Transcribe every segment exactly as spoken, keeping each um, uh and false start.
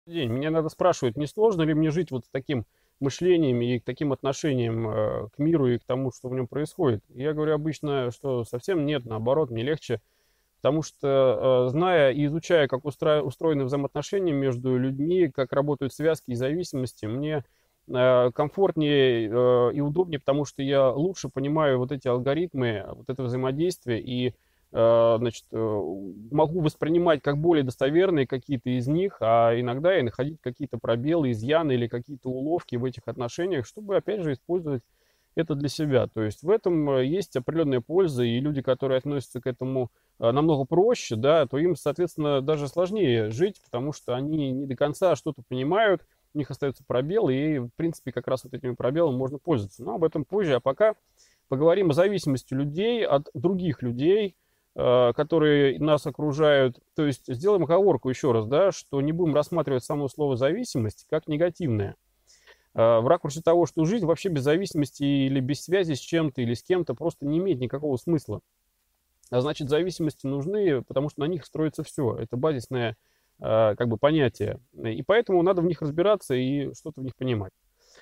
День. Меня надо спрашивать, не сложно ли мне жить вот с таким мышлением и таким отношением э, к миру и к тому, что в нем происходит. И я говорю обычно, что совсем нет, наоборот, мне легче, потому что, э, зная и изучая, как устра- устроены взаимоотношения между людьми, как работают связки и зависимости, мне э, комфортнее э, и удобнее, потому что я лучше понимаю вот эти алгоритмы, вот это взаимодействие и э, значит, э, могу воспринимать как более достоверные какие-то из них, а иногда и находить какие-то пробелы, изъяны или какие-то уловки в этих отношениях, чтобы, опять же, использовать это для себя. То есть в этом э, есть определенная польза, и люди, которые относятся к этому э, намного проще, да, то им, соответственно, даже сложнее жить, потому что они не до конца что-то понимают, у них остаются пробелы, и, в принципе, как раз вот этими пробелами можно пользоваться. Но об этом позже, а пока поговорим о зависимости людей от других людей, э, которые нас окружают. То есть сделаем оговорку еще раз, да, что не будем рассматривать само слово «зависимость» как негативное. Э, В ракурсе того, что жизнь вообще без зависимости или без связи с чем-то или с кем-то просто не имеет никакого смысла. А значит, зависимости нужны, потому что на них строится все. Это базисное э, как бы понятие. И поэтому надо в них разбираться и что-то в них понимать.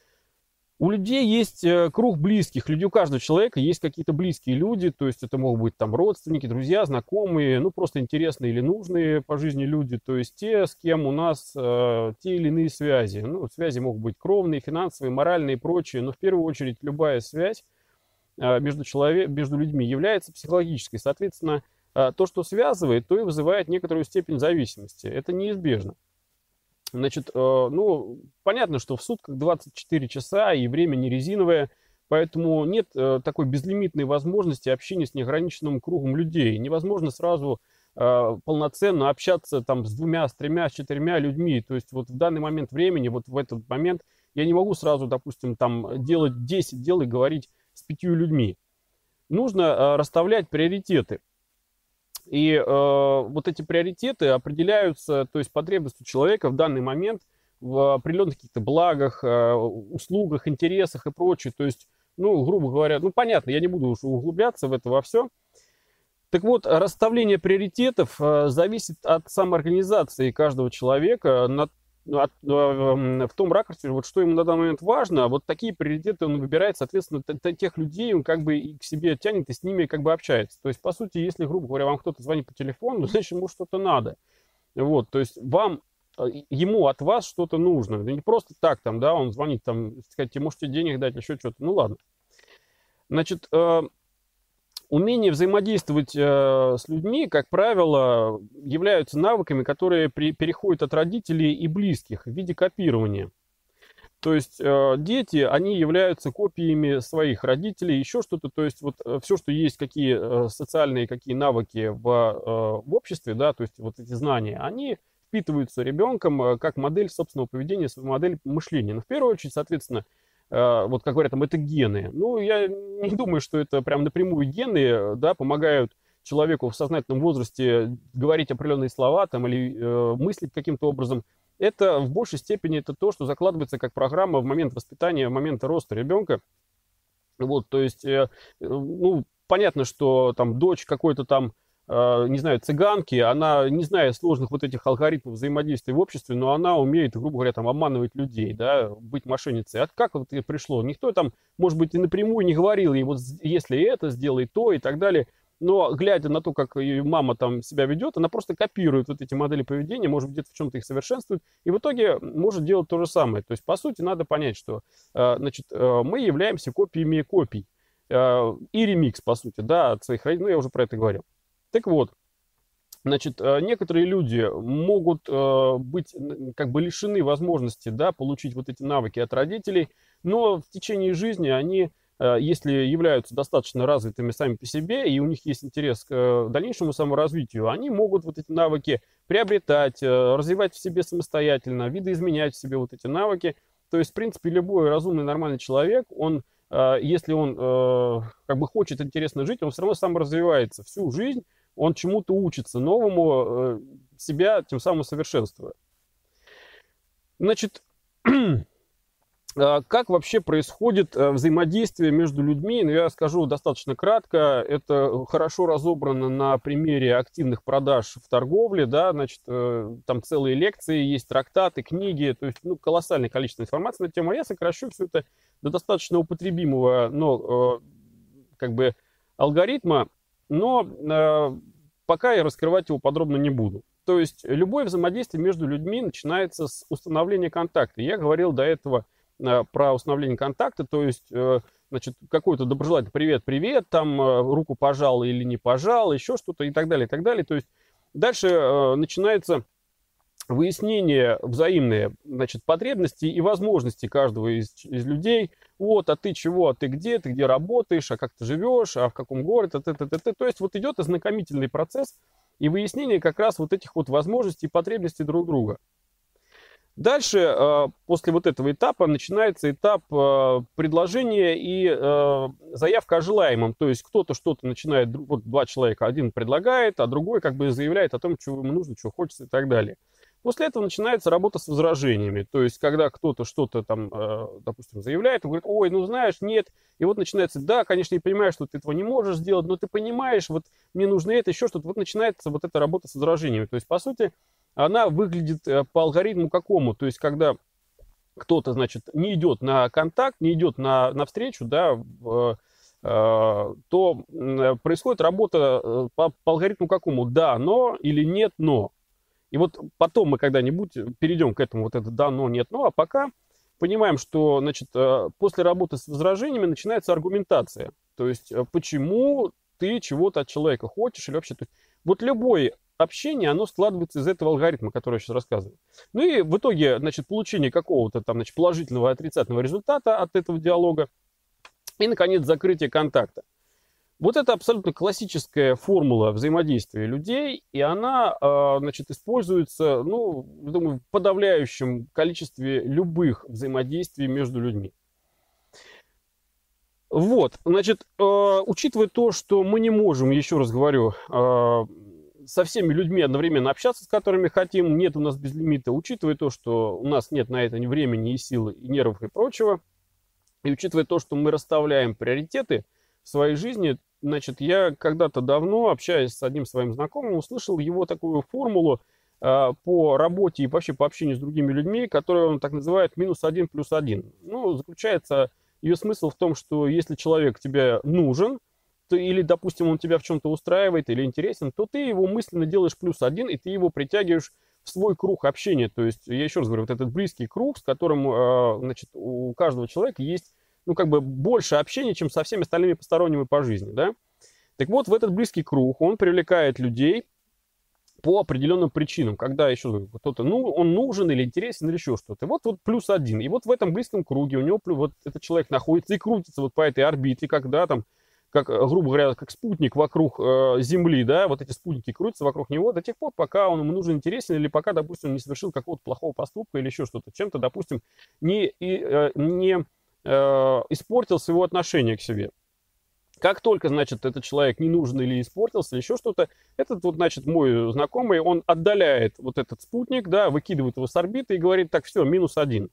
У людей есть э, круг близких. Людей, у каждого человека есть какие-то близкие люди. То есть это могут быть там родственники, друзья, знакомые, ну просто интересные или нужные по жизни люди. То есть те, с кем у нас э, те или иные связи. Ну, связи могут быть кровные, финансовые, моральные и прочие. Но в первую очередь любая связь э, между, человек, между людьми является психологической. Соответственно, э, то, что связывает, то и вызывает некоторую степень зависимости. Это неизбежно. Значит, э, ну, понятно, что в сутках двадцать четыре часа и время не резиновое, поэтому нет э, такой безлимитной возможности общения с неограниченным кругом людей. Невозможно сразу э, полноценно общаться там с двумя, с тремя, с четырьмя людьми. То есть вот в данный момент времени, вот в этот момент я не могу сразу, допустим, там делать десять дел и говорить с пятью людьми. Нужно э, расставлять приоритеты. И э, вот эти приоритеты определяются, то есть потребностью человека в данный момент в определенных каких-то благах, э, услугах, интересах и прочее. То есть, ну, грубо говоря, ну, понятно, я не буду уж углубляться в это во все. Так вот, расставление приоритетов э, зависит от самоорганизации каждого человека на, от, э, в том ракурсе, вот что ему на данный момент важно. Вот такие приоритеты он выбирает, соответственно, тех людей он как бы и к себе тянет и с ними как бы общается. То есть, по сути, если, грубо говоря, вам кто-то звонит по телефону, значит, ему что-то надо. Вот, то есть вам, э, ему от вас что-то нужно. Не просто так там, да, он звонит там, сказать, тебе можете денег дать, еще что-то. Ну ладно. Значит, э, умение взаимодействовать э, с людьми, как правило, являются навыками, которые при, переходят от родителей и близких в виде копирования. То есть э, дети, они являются копиями своих родителей, еще что-то. То есть вот э, все, что есть, какие э, социальные, какие навыки в, э, в обществе, да, то есть вот эти знания, они впитываются ребенком э, как модель собственного поведения, модель мышления. Но в первую очередь, соответственно, э, вот как говорят, там, это гены. Ну, я не думаю, что это прям напрямую гены, да, помогают человеку в сознательном возрасте говорить определенные слова там, или э, мыслить каким-то образом. Это в большей степени это то, что закладывается как программа в момент воспитания, в момент роста ребенка. Вот, то есть, э, ну, понятно, что там дочь какой-то там, э, не знаю, цыганки, она не знает сложных вот этих алгоритмов взаимодействия в обществе, но она умеет, грубо говоря, там обманывать людей, да, быть мошенницей. А как вот это пришло? Никто там, может быть, и напрямую не говорил ей, вот если это, сделай то и так далее. Но глядя на то, как ее мама там себя ведет, она просто копирует вот эти модели поведения, может быть, где-то в чем-то их совершенствует, и в итоге может делать то же самое. То есть, по сути, надо понять, что э, значит, э, мы являемся копиями копий. Э, и ремикс, по сути, да, от своих родителей, ну, я уже про это говорил. Так вот, значит, э, некоторые люди могут э, быть как бы лишены возможности, да, получить вот эти навыки от родителей, но в течение жизни они, э, если являются достаточно развитыми сами по себе, и у них есть интерес к э, дальнейшему саморазвитию, они могут вот эти навыки приобретать, э, развивать в себе самостоятельно, видоизменять в себе вот эти навыки. То есть, в принципе, любой разумный, нормальный человек, он, э, если он э, как бы хочет интересно жить, он все равно сам развивается всю жизнь, он чему-то учится новому, э, себя тем самым совершенствуя. Значит, Как вообще происходит взаимодействие между людьми? Ну, я скажу достаточно кратко. Это хорошо разобрано на примере активных продаж в торговле. Да? Значит, там целые лекции, есть трактаты, книги. То есть ну, колоссальное количество информации на эту тему. Я сокращу все это до достаточно употребимого, но как бы алгоритма. Но пока я раскрывать его подробно не буду. То есть любое взаимодействие между людьми начинается с установления контакта. Я говорил до этого про установление контакта, то есть, значит, какой-то доброжелательный привет-привет, там руку пожал или не пожал, еще что-то и так далее, и так далее. То есть дальше начинается выяснение взаимные, значит, потребностей и возможностей каждого из, из людей. Вот, а ты чего, а ты где, ты где работаешь, а как ты живешь, а в каком городе, т -т -т -т. То есть вот идет ознакомительный процесс и выяснение как раз вот этих вот возможностей и потребностей друг друга. Дальше, после вот этого этапа, начинается этап предложения и заявка о желаемом. То есть кто-то что-то начинает, вот два человека, один предлагает, а другой как бы заявляет о том, что ему нужно, что хочется и так далее. После этого начинается работа с возражениями. То есть когда кто-то что-то там, допустим, заявляет, он говорит, ой, ну знаешь, нет. И вот начинается, да, конечно, я понимаю, что ты этого не можешь сделать, но ты понимаешь, вот мне нужно это, еще что-то. Вот начинается вот эта работа с возражениями. То есть, по сути, она выглядит по алгоритму какому? То есть, когда кто-то, значит, не идет на контакт, не идет на, на встречу, да, в, э, то происходит работа по, по алгоритму какому? Да, но или нет, но. И вот потом мы когда-нибудь перейдем к этому, вот это да, но, нет, но, а пока понимаем, что, значит, после работы с возражениями начинается аргументация. То есть, почему ты чего-то от человека хочешь или вообще... То есть, вот любой общение, оно складывается из этого алгоритма, который я сейчас рассказываю. Ну и в итоге, значит, получение какого-то там, значит, положительного и отрицательного результата от этого диалога. И, наконец, закрытие контакта. Вот это абсолютно классическая формула взаимодействия людей, и она, значит, используется, ну, думаю, в подавляющем количестве любых взаимодействий между людьми. Вот, значит, учитывая то, что мы не можем, еще раз говорю, со всеми людьми одновременно общаться, с которыми хотим, нет у нас безлимита, учитывая то, что у нас нет на это ни времени, и силы, и нервов, и прочего, и учитывая то, что мы расставляем приоритеты в своей жизни, значит, я когда-то давно, общаясь с одним своим знакомым, услышал его такую формулу э, по работе и вообще по общению с другими людьми, которую он так называет минус один плюс один. Ну, заключается ее смысл в том, что если человек тебе нужен, то, или, допустим, он тебя в чем-то устраивает или интересен, то ты его мысленно делаешь плюс один, и ты его притягиваешь в свой круг общения. То есть, я еще раз говорю, вот этот близкий круг, с которым, э, значит, у каждого человека есть, ну, как бы больше общения, чем со всеми остальными посторонними по жизни, да. Так вот, в этот близкий круг он привлекает людей по определенным причинам, когда еще кто-то, ну, он нужен или интересен или еще что-то. Вот, вот плюс один. И вот в этом близком круге у него вот этот человек находится и крутится вот по этой орбите, когда там, как, грубо говоря, как спутник вокруг э, Земли, да, вот эти спутники крутятся вокруг него до тех пор, пока он ему нужен, интересен, или пока, допустим, он не совершил какого-то плохого поступка или еще что-то, чем-то, допустим, не, и, э, не э, испортил своего отношения к себе. Как только, значит, этот человек не нужен или испортился, или еще что-то, этот вот, значит, мой знакомый, он отдаляет вот этот спутник, да, выкидывает его с орбиты и говорит, так, все, минус один.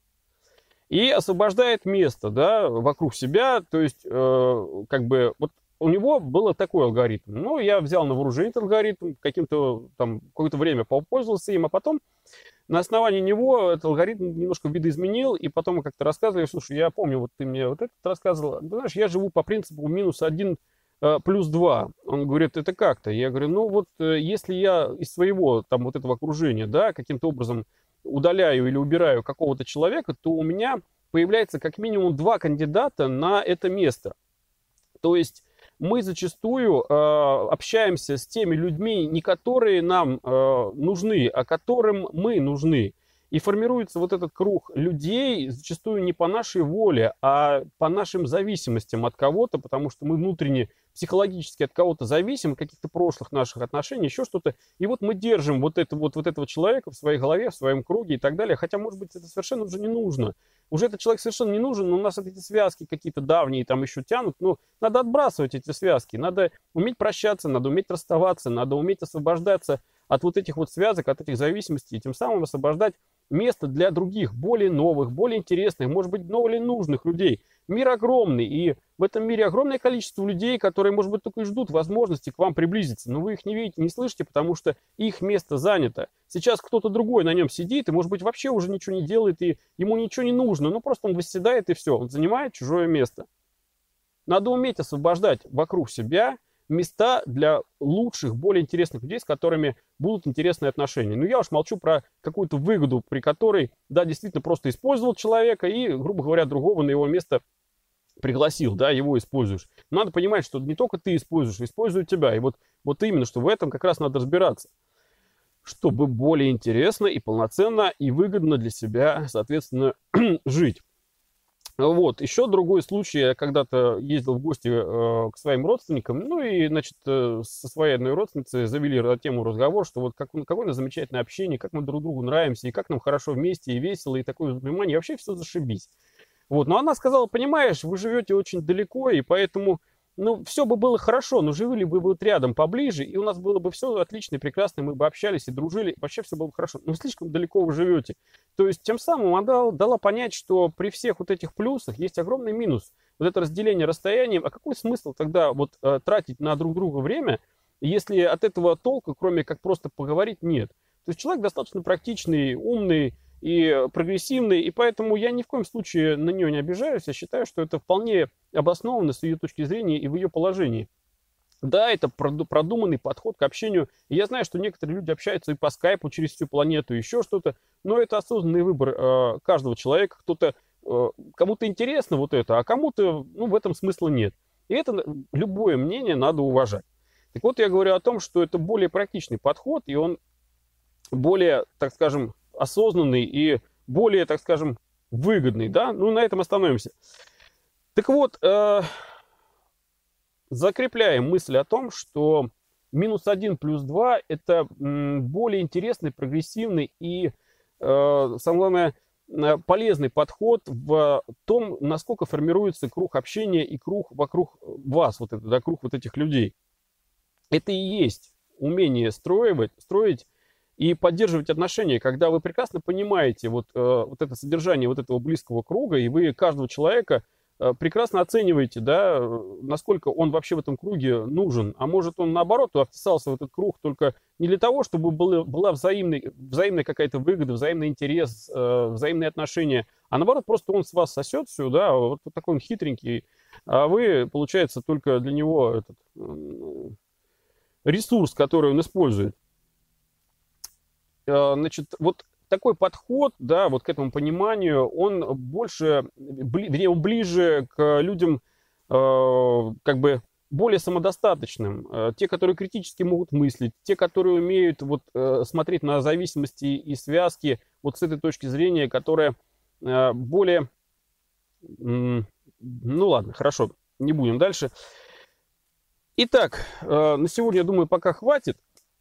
И освобождает место, да, вокруг себя, то есть, э, как бы, вот у него был такой алгоритм. Ну, я взял на вооружение этот алгоритм, каким-то там, какое-то время попользовался им, а потом на основании него этот алгоритм немножко видоизменил, и потом мы как-то рассказывали, слушай, я помню, вот ты мне вот это рассказывал, ты знаешь, я живу по принципу минус один э, плюс два. Он говорит, это как-то? Я говорю, ну вот, э, если я из своего там вот этого окружения, да, каким-то образом удаляю или убираю какого-то человека, то у меня появляется как минимум два кандидата на это место. То есть мы зачастую э, общаемся с теми людьми, не которые нам э, нужны, а которым мы нужны. И формируется вот этот круг людей зачастую не по нашей воле, а по нашим зависимостям от кого-то, потому что мы внутренне, психологически от кого-то зависим, от каких-то прошлых наших отношений, еще что-то. И вот мы держим вот, это, вот, вот этого человека в своей голове, в своем круге и так далее. Хотя, может быть, это совершенно уже не нужно. Уже этот человек совершенно не нужен, но у нас эти связки какие-то давние там еще тянут. Ну, надо отбрасывать эти связки, надо уметь прощаться, надо уметь расставаться, надо уметь освобождаться от вот этих вот связок, от этих зависимостей, и тем самым освобождать место для других, более новых, более интересных, может быть, более нужных людей. Мир огромный, и в этом мире огромное количество людей, которые, может быть, только и ждут возможности к вам приблизиться. Но вы их не видите, не слышите, потому что их место занято. Сейчас кто-то другой на нем сидит, и, может быть, вообще уже ничего не делает, и ему ничего не нужно. Ну, просто он восседает, и все. Он занимает чужое место. Надо уметь освобождать вокруг себя места для лучших, более интересных людей, с которыми будут интересные отношения. Ну, я уж молчу про какую-то выгоду, при которой, да, действительно просто использовал человека и, грубо говоря, другого на его место пригласил, да, его используешь. Надо понимать, что не только ты используешь, используют тебя. И вот, вот именно, что в этом как раз надо разбираться, чтобы более интересно и полноценно и выгодно для себя, соответственно, жить. Вот, еще другой случай, я когда-то ездил в гости э, к своим родственникам, ну и, значит, э, со своей одной родственницей завели на тему разговор, что вот как, какое у нас замечательное общение, как мы друг другу нравимся, и как нам хорошо вместе, и весело, и такое внимание, и вообще все зашибись. Вот, но она сказала, понимаешь, вы живете очень далеко, и поэтому, ну, все бы было хорошо, но жили бы вы вот рядом, поближе, и у нас было бы все отлично и прекрасно, мы бы общались и дружили, вообще все было бы хорошо, но слишком далеко вы живете. То есть, тем самым она дала понять, что при всех вот этих плюсах есть огромный минус. Вот это разделение расстоянием, а какой смысл тогда вот э, тратить на друг друга время, если от этого толка, кроме как просто поговорить, нет? То есть, человек достаточно практичный, умный, и прогрессивный, и поэтому я ни в коем случае на нее не обижаюсь, я считаю, что это вполне обоснованно с ее точки зрения и в ее положении. Да, это продуманный подход к общению. И я знаю, что некоторые люди общаются и по скайпу через всю планету, еще что-то, но это осознанный выбор э, каждого человека. Кто-то, э, кому-то интересно вот это, а кому-то, ну, в этом смысла нет. И это любое мнение надо уважать. Так вот, я говорю о том, что это более практичный подход, и он более, так скажем, осознанный и более, так скажем, выгодный, да, ну, на этом остановимся. Так вот, э, закрепляем мысль о том, что минус один плюс два это м, более интересный, прогрессивный и, э, самое главное, полезный подход в том, насколько формируется круг общения и круг вокруг вас, вот это, да, круг вот этих людей. Это и есть умение строить, строить и поддерживать отношения, когда вы прекрасно понимаете вот, э, вот это содержание вот этого близкого круга, и вы каждого человека э, прекрасно оцениваете, да, насколько он вообще в этом круге нужен. А может, он наоборот вписался в этот круг только не для того, чтобы было, была взаимный, взаимная какая-то выгода, взаимный интерес, э, взаимные отношения, а наоборот, просто он с вас сосет все, да, вот, вот такой он хитренький, а вы, получается, только для него этот э, ресурс, который он использует. Значит, вот такой подход, да, вот к этому пониманию, он больше, вернее, он ближе к людям, э, как бы, более самодостаточным. Э, те, которые критически могут мыслить, те, которые умеют вот, э, смотреть на зависимости и связки вот с этой точки зрения, которая э, более... Э, ну ладно, хорошо, не будем дальше. Итак, э, на сегодня, я думаю, пока хватит.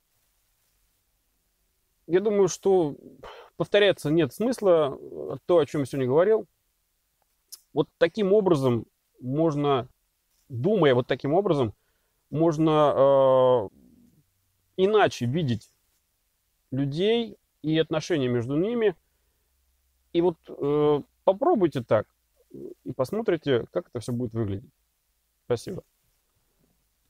Я думаю, что повторяться нет смысла, то, о чем я сегодня говорил. Вот таким образом можно, думая вот таким образом, можно э, иначе видеть людей и отношения между ними. И вот э, попробуйте так и посмотрите, как это все будет выглядеть. Спасибо.